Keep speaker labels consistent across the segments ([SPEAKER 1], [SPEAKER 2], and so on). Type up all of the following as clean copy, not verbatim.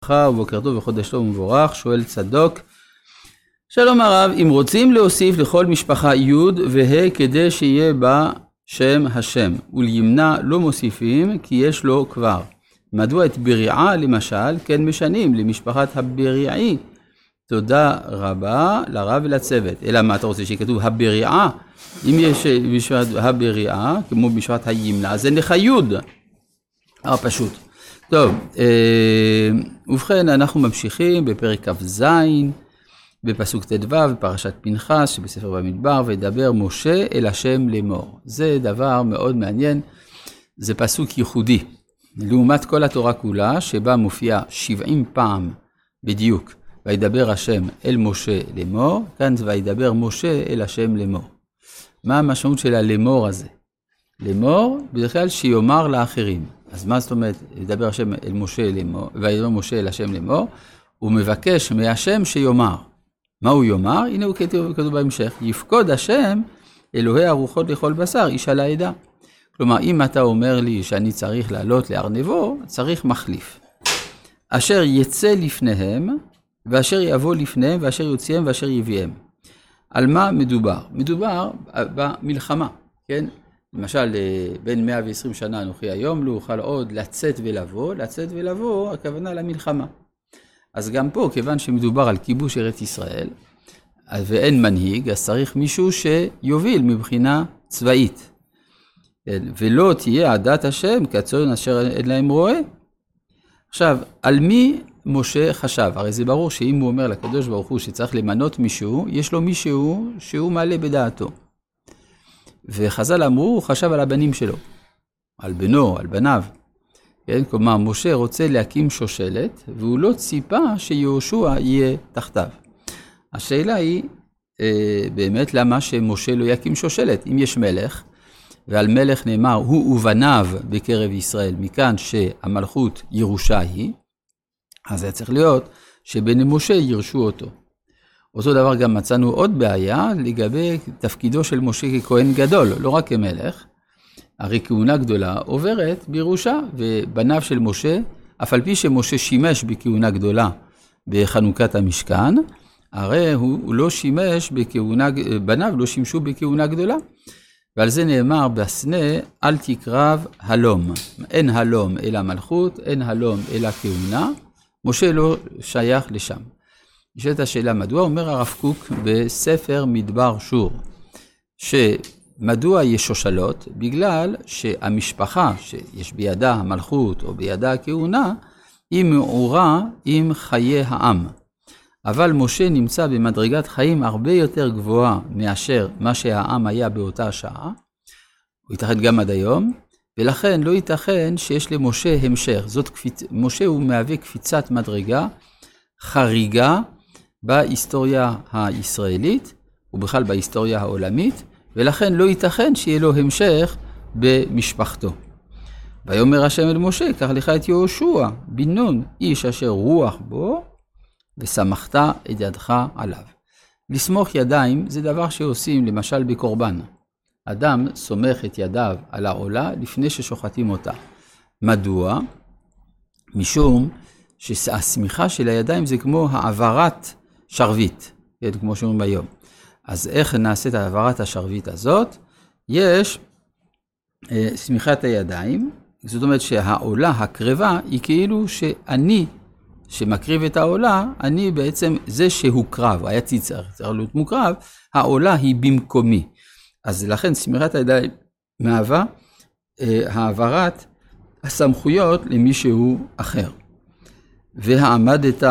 [SPEAKER 1] וברכה ובוקר טוב וחודש טוב ומבורך. שואל צדוק, שלום הרב, אם רוצים להוסיף לכל משפחה י' וה' כדי שיהיה בה שם השם, ולימנע לא מוסיפים כי יש לו כבר. מדוע את בריעה למשל כן משנים למשפחת הבריעי? תודה רבה לרב ולצוות. אלא מה אתה רוצה שיכתוב הבריעה? אם יש משפחת הבריעה כמו משפחת הימנע, אז אין לך י'. פשוט. טוב, ובכן אנחנו ממשיכים בפרק כ"ז, בפסוק ט"ו, בפרשת פנחס שבספר במדבר, וידבר משה אל השם לאמור. זה דבר מאוד מעניין, זה פסוק ייחודי. לעומת כל התורה כולה, שבה מופיע 70 פעם בדיוק, וידבר השם אל משה לאמור, כאן זה וידבר משה אל השם לאמור. מה המשמעות של הלאמור הזה? לאמור, בדרך כלל שיאמר לאחרים. אז מה זאת אומרת, ידבר השם אל משה לאמור, וידבר משה אל השם לאמור, הוא מבקש מהשם שיאמר. מה הוא יאמר? הנה הוא כתוב בהמשך, יפקוד השם אלוהי הרוחות לכל בשר, איש על העדה. כלומר, אם אתה אומר לי שאני צריך לעלות להר נבו, צריך מחליף. אשר יצא לפניהם, ואשר יבוא לפניהם, ואשר יוציאם, ואשר יביאם. על מה מדובר? מדובר במלחמה, כן? למשל, בין 120 שנה אנוכי היום, לא אוכל עוד לצאת ולבוא, הכוונה למלחמה. אז גם פה, כיוון שמדובר על כיבוש ארץ ישראל, ואין מנהיג, אז צריך מישהו שיוביל מבחינה צבאית. ולא תהיה עדת השם כצאן אשר אין להם רועה. עכשיו, על מי משה חשב? הרי זה ברור שאם הוא אומר לקדוש ברוך הוא שצריך למנות מישהו, יש לו מישהו שהוא מעלה בדעתו. וחז"ל אמרו, הוא חשב על הבנים שלו, על בנו, על בניו. כן? כלומר, משה רוצה להקים שושלת, והוא לא ציפה שיהושע יהיה תחתיו. השאלה היא, באמת, למה שמשה לא יקים שושלת? אם יש מלך, ועל מלך נאמר, הוא ובניו בקרב ישראל, מכאן שהמלכות ירושה היא, אז זה צריך להיות שבני משה ירשו אותו. אותו דבר גם מצאנו עוד בעיה לגבי תפקידו של משה ככהן גדול, לא רק כמלך. הרי כהונה גדולה עוברת בירושה, ובניו של משה, אף על פי שמשה שימש בכהונה גדולה בחנוכת המשכן, הרי הוא לא שימש בכהונה, בניו לא שימשו בכהונה גדולה. ועל זה נאמר בסנה, אל תקרב הלום. אין הלום אלא מלכות, אין הלום אלא כהונה. משה לא שייך לשם. נשאלת השאלה, מדוע אומר הרב קוק בספר מדבר שור, שמדוע יש שושלות? בגלל שהמשפחה שיש בידה המלכות או בידה הכהונה, היא מעורה עם חיי העם. אבל משה נמצא במדרגת חיים הרבה יותר גבוהה מאשר מה שהעם היה באותה השעה, הוא ייתכן גם עד היום, ולכן לא ייתכן שיש למשה המשך. משה הוא מהווה קפיצת מדרגה, חריגה בהיסטוריה הישראלית, ובכלל בהיסטוריה העולמית, ולכן לא ייתכן שיהיה לו המשך במשפחתו. ויאמר השם אל משה, קח לך את יהושע בן נון, איש אשר רוח בו, ושמחת את ידך עליו. לסמוך ידיים זה דבר שעושים למשל בקורבן. אדם סומך את ידיו על העולה לפני ששוחטים אותה. מדוע? משום שהסמיכה של הידיים זה כמו העברת שרביט, כמו שאומרים היום. אז איך נעשית העברת השרביט הזאת? יש סמיכת הידיים, זאת אומרת שהעולה הקרבה היא כאילו שאני שמקריב את העולה, אני בעצם זה שהוקרב, היה צריך להיות מוקרב, העולה היא במקומי. אז לכן סמיכת הידיים מהווה העברת הסמכויות למישהו אחר. והעמדת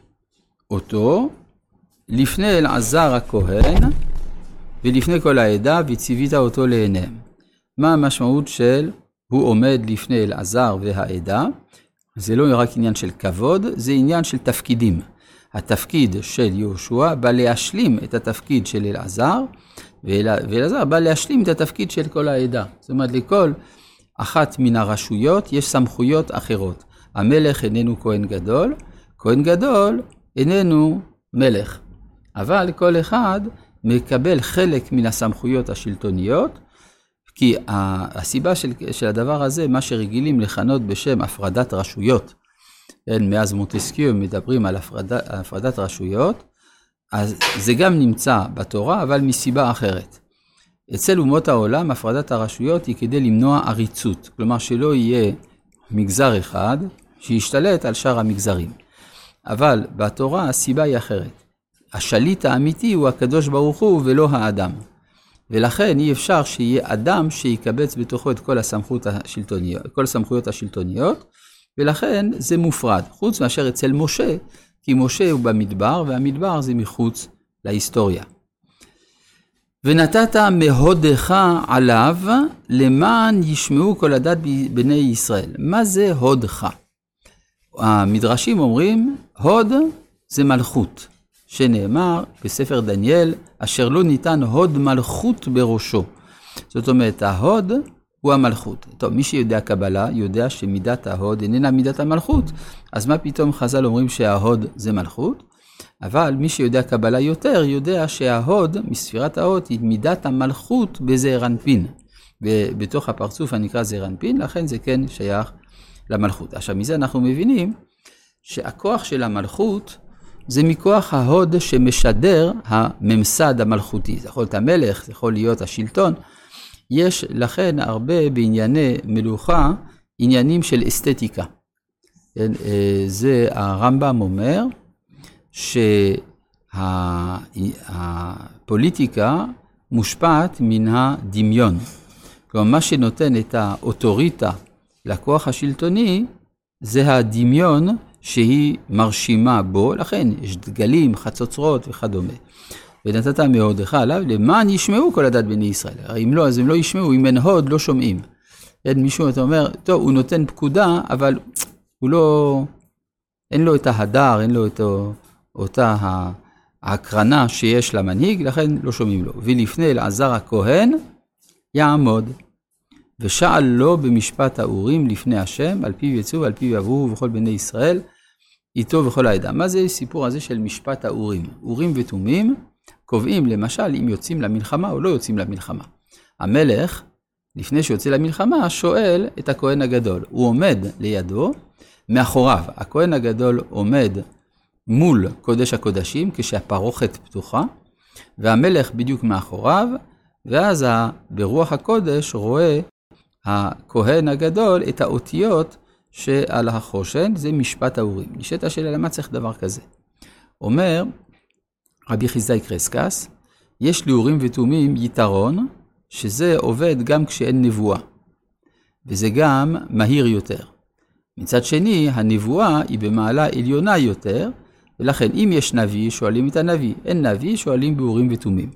[SPEAKER 1] אותו לפני אלעזר הכהן ולפני כל העדה וציווית אותו לעיניהם. מה המשמעות של הוא עומד לפני אלעזר והעדה? זה לא רק עניין של כבוד, זה עניין של תפקידים. התפקיד של יהושע בא להשלים את התפקיד של אלעזר, ואלעזר בא להשלים את התפקיד של כל העדה. זאת אומרת, לכל אחת מן הרשויות יש סמכויות אחרות. המלך איננו כהן גדול איננו מלך. אבל כל אחד מקבל חלק מן הסמכויות השלטוניות, כי הסיבה של הדבר הזה, מה שרגילים לכנות בשם הפרדת רשויות, מאז מונטסקיו מדברים על הפרדת רשויות, אז זה גם נמצא בתורה, אבל מסיבה אחרת. אצל אומות העולם, הפרדת הרשויות היא כדי למנוע עריצות, כלומר שלא יהיה מגזר אחד שישתלט על שאר המגזרים. אבל בתורה הסיבה היא אחרת. השליט האמיתי הוא הקדוש ברוך הוא ולא האדם. ולכן אי אפשר שיהיה אדם שיקבץ בתוכו את כל הסמכויות השלטוניות, ולכן זה מופרד, חוץ מאשר אצל משה, כי משה הוא במדבר, והמדבר זה מחוץ להיסטוריה. ונתת מהודך עליו, למען ישמעו כל הדת בני ישראל. מה זה הודך? המדרשים אומרים, הוד זה מלכות, שנאמר בספר דניאל, אשר לא ניתן הוד מלכות בראשו. זאת אומרת, ההוד הוא המלכות. טוב, מי שיודע קבלה, יודע שמידת ההוד איננה מידת המלכות. אז מה פתאום חז"ל אומרים שההוד זה מלכות? אבל מי שיודע קבלה יותר, יודע שההוד, מספירת ההוד, היא מידת המלכות בזעיר אנפין. ובתוך הפרצוף הנקרא זעיר אנפין, לכן זה כן שייך למלכות. עכשיו, מזה אנחנו מבינים שהכוח של המלכות זה מכוח ההוד שמשדר הממסד המלכותי. זה יכול להיות המלך, זה יכול להיות השלטון. יש לכן הרבה בענייני מלוכה, עניינים של אסתטיקה. זה הרמב"ם אומר שהפוליטיקה מושפעת מן הדמיון. כלומר, מה שנותן את האוטוריטה לכוח השלטוני, זה הדמיון שהיא מרשימה בו, לכן יש דגלים, חצוצרות וכדומה. ונתת מהודך עליו, למען ישמעו כל הדת בני ישראל. אם לא, אז הם לא ישמעו, אם אין הוד, לא שומעים. אין מישהו, אתה אומר, טוב, הוא נותן פקודה, אבל הוא לא, אין לו את ההדר, אין לו את אותה ההקרנה שיש למנהיג, לכן לא שומעים לו. ולפני אלעזר הכהן, יעמוד. ושאל לו במשפט האורים לפני השם, על פיו יצאו ועל פיו יבואו וכל בני ישראל, איתו וכל העדה. מה זה סיפור הזה של משפט האורים? אורים ותומים קובעים למשל אם יוצאים למלחמה או לא יוצאים למלחמה. המלך, לפני שיוצא למלחמה, שואל את הכהן הגדול. הוא עומד לידו, מאחוריו. הכהן הגדול עומד מול קודש הקודשים, כשהפרוכת פתוחה, והמלך בדיוק מאחוריו, ואז ברוח הקודש רואה הכהן הגדול את האותיות שעל החושן, זה משפט האורים. נשאלת השאלה, למה צריך דבר כזה? אומר רבי חיסדאי קרסקס, יש לאורים ותומים יתרון, שזה עובד גם כשאין נבואה, וזה גם מהיר יותר. מצד שני, הנבואה היא במעלה עליונה יותר, ולכן אם יש נביא, שואלים את הנביא, אין נביא, שואלים באורים ותומים.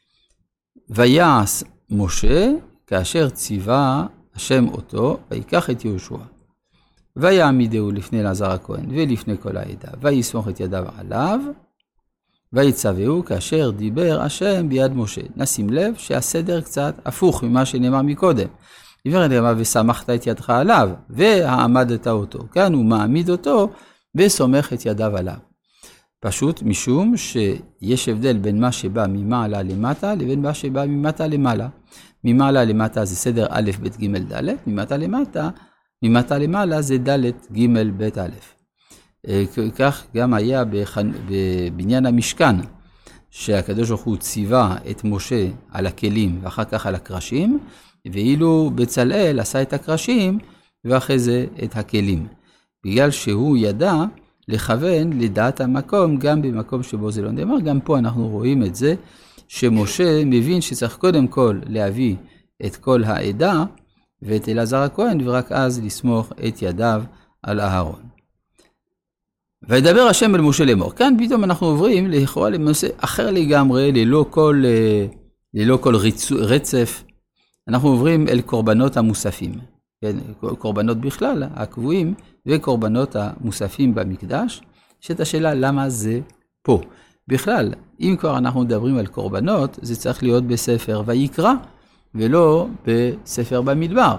[SPEAKER 1] ויעש משה, כאשר ציווה השם אותו, ויקח את יהושע. ויעמידהו לפני אלעזר הכהן ולפני כל העדה, ויסמוך את ידיו עליו, ויצווהו כאשר דיבר השם ביד משה. נשים לב שהסדר קצת הפוך ממה שנאמר מקודם. דיבר אליו ושמחת את ידך עליו, והעמדת אותו. כאן הוא מעמיד אותו וסומך את ידיו עליו. פשוט משום שיש הבדל בין מה שבא ממעלה למטה לבין מה שבא ממטה למעלה. ממעלה למטה זה סדר א' ב' ג' ד', ממטה למעלה זה ד' ג' ב' א'. כך גם היה בבניין המשכן, שהקדוש ברוך הוא ציווה את משה על הכלים ואחר כך על הקרשים, ואילו בצלאל עשה את הקרשים ואחרי זה את הכלים. בגלל שהוא ידע לכוון לדעת המקום גם במקום שבו זה לא נאמר. גם פה אנחנו רואים את זה, שמשה מבין שצריך קודם כל להביא את כל העדה ואת אלעזר הכהן, ורק אז לסמוך את ידיו על אהרון. וידבר השם אל משה לאמור. כאן פתאום אנחנו עוברים לכאורה לנושא אחר לגמרי, ללא כל רצף. אנחנו עוברים אל קורבנות המוספים. כן, קורבנות בכלל, הקבועים, וקורבנות המוספים במקדש. שאת השאלה למה זה פה. בכלל, אם כבר אנחנו מדברים על קורבנות, זה צריך להיות בספר ויקרא, ולא בספר במדבר.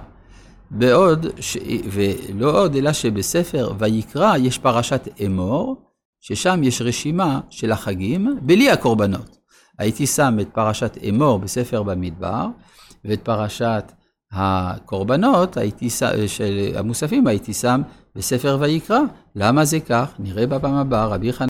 [SPEAKER 1] ולא עוד, אלא שבספר ויקרא יש פרשת אמור, ששם יש רשימה של החגים, בלי הקורבנות. הייתי שם את פרשת אמור בספר במדבר, ואת פרשת הקורבנות של המוספים הייתי שם בספר ויקרא. למה זה כך? נראה בפעם הבאה. רבי חנניה